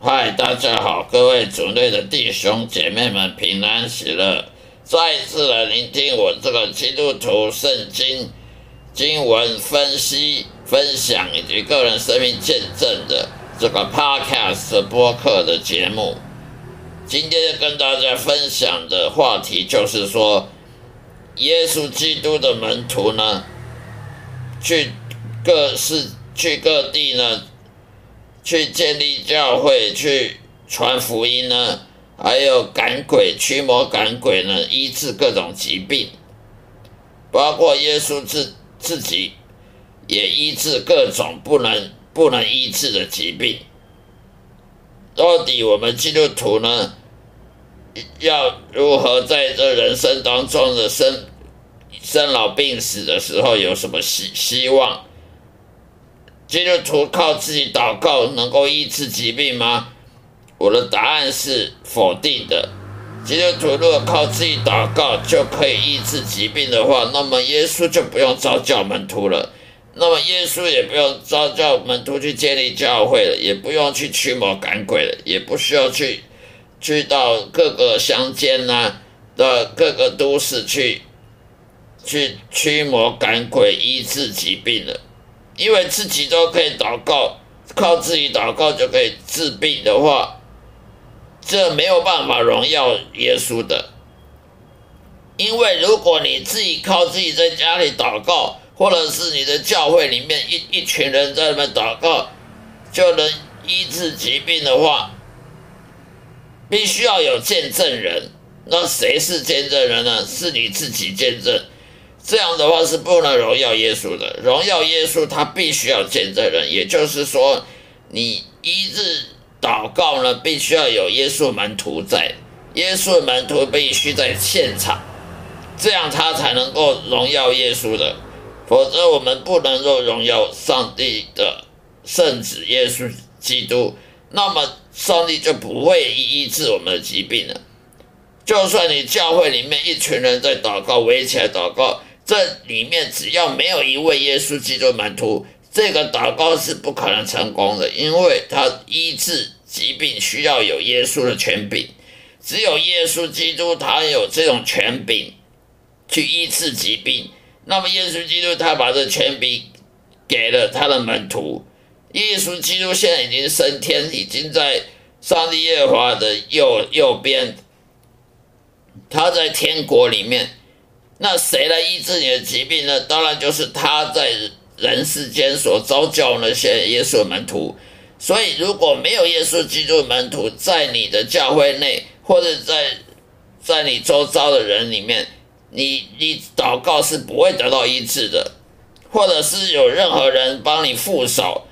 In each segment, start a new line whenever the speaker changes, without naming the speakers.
嗨，大家好，各位主内的弟兄姐妹们平安喜乐。再一次来聆听我这个基督徒圣经经文分析、分享以及个人生命见证的这个 podcast 播客的节目。今天跟大家分享的话题就是说，耶稣基督的门徒呢，去各地呢，去建立教会，去传福音呢，还有赶鬼、驱魔赶鬼呢，医治各种疾病，包括耶稣自己也医治各种不能医治的疾病。到底我们基督徒呢，要如何在这人生当中的生老病死的时候有什么希望？基督徒靠自己祷告能够医治疾病吗？我的答案是否定的。基督徒如果靠自己祷告就可以医治疾病的话，那么耶稣就不用召叫门徒了，那么耶稣也不用召叫门徒去建立教会了，也不用去驱魔赶鬼了，也不需要去到各个乡间的各个都市去驱魔赶鬼医治疾病了。因为自己都可以祷告，靠自己祷告就可以治病的话，这没有办法荣耀耶稣的。因为如果你自己靠自己在家里祷告，或者是你的教会里面一群人在那边祷告就能医治疾病的话，必须要有见证人。那谁是见证人呢？是你自己见证。这样的话是不能荣耀耶稣的。荣耀耶稣他必须要见证人，也就是说你医治祷告呢，必须要有耶稣门徒在，耶稣门徒必须在现场，这样他才能够荣耀耶稣的。否则我们不能够荣耀上帝的圣子耶稣基督，那么上帝就不会医治我们的疾病了。就算你教会里面一群人在祷告，围起来祷告，这里面只要没有一位耶稣基督门徒，这个祷告是不可能成功的，因为他医治疾病需要有耶稣的权柄，只有耶稣基督他有这种权柄去医治疾病。那么耶稣基督他把这权柄给了他的门徒，耶稣基督现在已经升天，已经在上帝耶和华的右边，他在天国里面。那谁来医治你的疾病呢？当然就是他在人世间所召叫那些耶稣的门徒。所以如果没有耶稣基督的门徒在你的教会内，或者在你周遭的人里面，你祷告是不会得到医治的。或者是有任何人帮你副手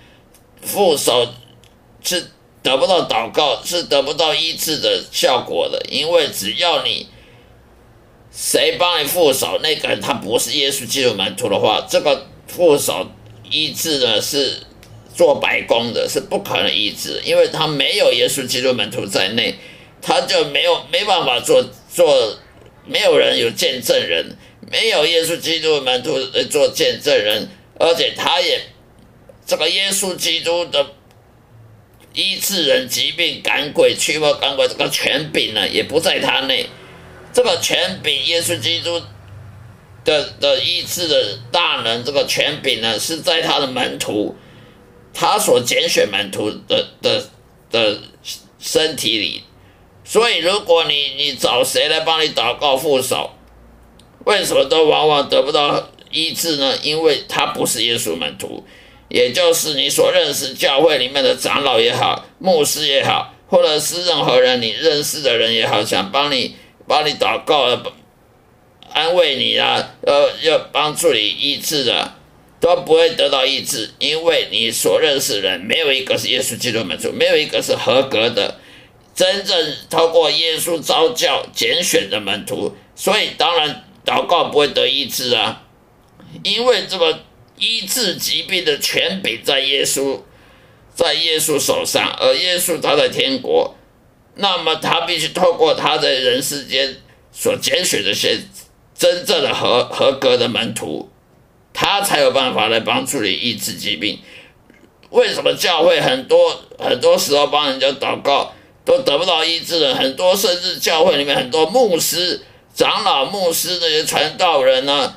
是得不到祷告，是得不到医治的效果的。因为只要谁帮你副手，那个人他不是耶稣基督门徒的话，这个副手医治呢是做白工的，是不可能医治，因为他没有耶稣基督门徒在内，他就没办法做，没有人有见证人，没有耶稣基督门徒做见证人，而且这个耶稣基督的医治人疾病、赶鬼、驱魔赶鬼这个权柄呢，也不在他内。这个权柄，耶稣基督的医治的大能，这个权柄呢，是在他的门徒，他所拣选门徒的身体里。所以，如果你找谁来帮你祷告副手，为什么都往往得不到医治呢？因为他不是耶稣门徒，也就是你所认识教会里面的长老也好，牧师也好，或者是任何人你认识的人也好，想帮你祷告安慰你要帮助你医治的，都不会得到医治，因为你所认识的人没有一个是耶稣基督门徒，没有一个是合格的真正透过耶稣召叫拣选的门徒，所以当然祷告不会得医治啊，因为这个医治疾病的权柄在耶稣手上，而耶稣他在天国，那么他必须透过他在人世间所拣选的些真正的合格的门徒，他才有办法来帮助你医治疾病。 为什么教会很多时候帮人家祷告都得不到医治了？很多甚至教会里面很多牧师、长老、牧师那些传道人啊，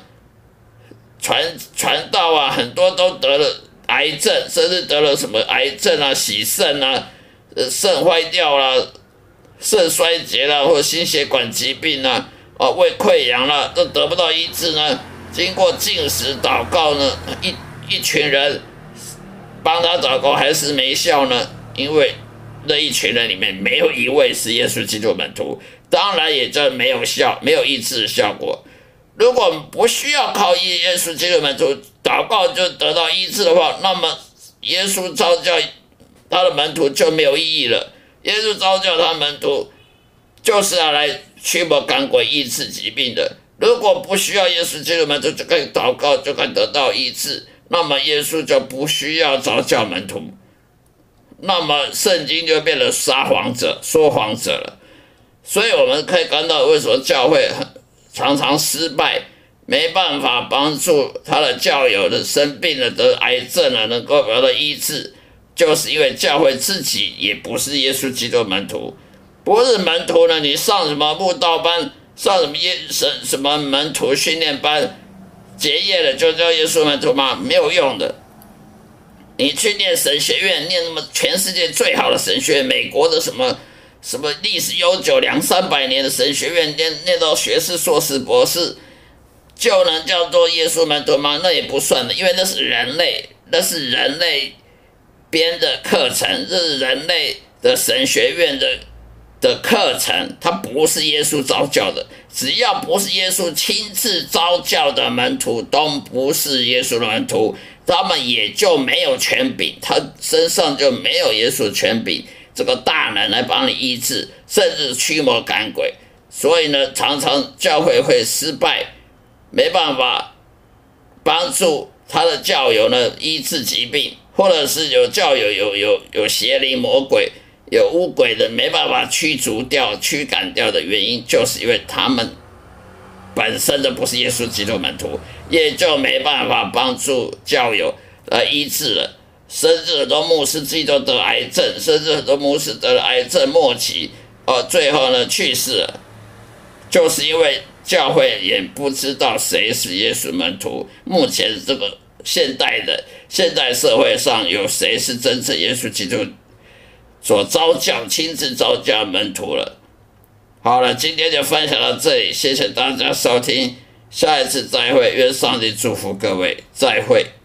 传道啊，很多都得了癌症，甚至得了什么癌症啊、洗肾啊、肾坏掉了、肾衰竭了，或者心血管疾病啊、胃溃疡了，都得不到医治呢。经过禁食祷告呢，一群人帮他祷告还是没效呢，因为那一群人里面没有一位是耶稣基督门徒，当然也就没有医治的效果。如果不需要靠耶稣基督门徒祷告就得到医治的话，那么耶稣召叫他的门徒就没有意义了。耶稣召叫他的门徒就是要来驱魔赶鬼、医治疾病的。如果不需要耶稣基督门徒就可以祷告，就可以得到医治，那么耶稣就不需要召叫门徒，那么圣经就变成撒谎者、说谎者了。所以我们可以看到为什么教会常常失败，没办法帮助他的教友的生病了、得癌症了能够得到医治，就是因为教会自己也不是耶稣基督门徒。不是门徒呢，你上什么慕道班，上什么门徒训练班，结业了就叫耶稣门徒吗？没有用的。你去念神学院，念那么全世界最好的神学院，美国的什么历史悠久200-300年的神学院，念到学士、硕士、博士，就能叫做耶稣门徒吗？那也不算的，因为那是人类编的课程，这是人类的神学院的课程，它不是耶稣召教的。只要不是耶稣亲自召教的门徒，都不是耶稣的门徒，他们也就没有权柄，他身上就没有耶稣的权柄，这个大能来帮你医治，甚至驱魔赶鬼。所以呢，常常教会会失败，没办法帮助他的教友呢医治疾病，或者是有教友有邪灵魔鬼，有污鬼的没办法驱赶掉的原因，就是因为他们本身就不是耶稣基督门徒，也就没办法帮助教友医治了。甚至很多牧师自己都得癌症，甚至很多牧师得了癌症末期，最后呢去世了，就是因为教会也不知道谁是耶稣门徒。目前这个现代社会上有谁是真正耶稣基督所亲自召教门徒了。好了，今天就分享到这里，谢谢大家收听，下一次再会，愿上帝祝福各位，再会。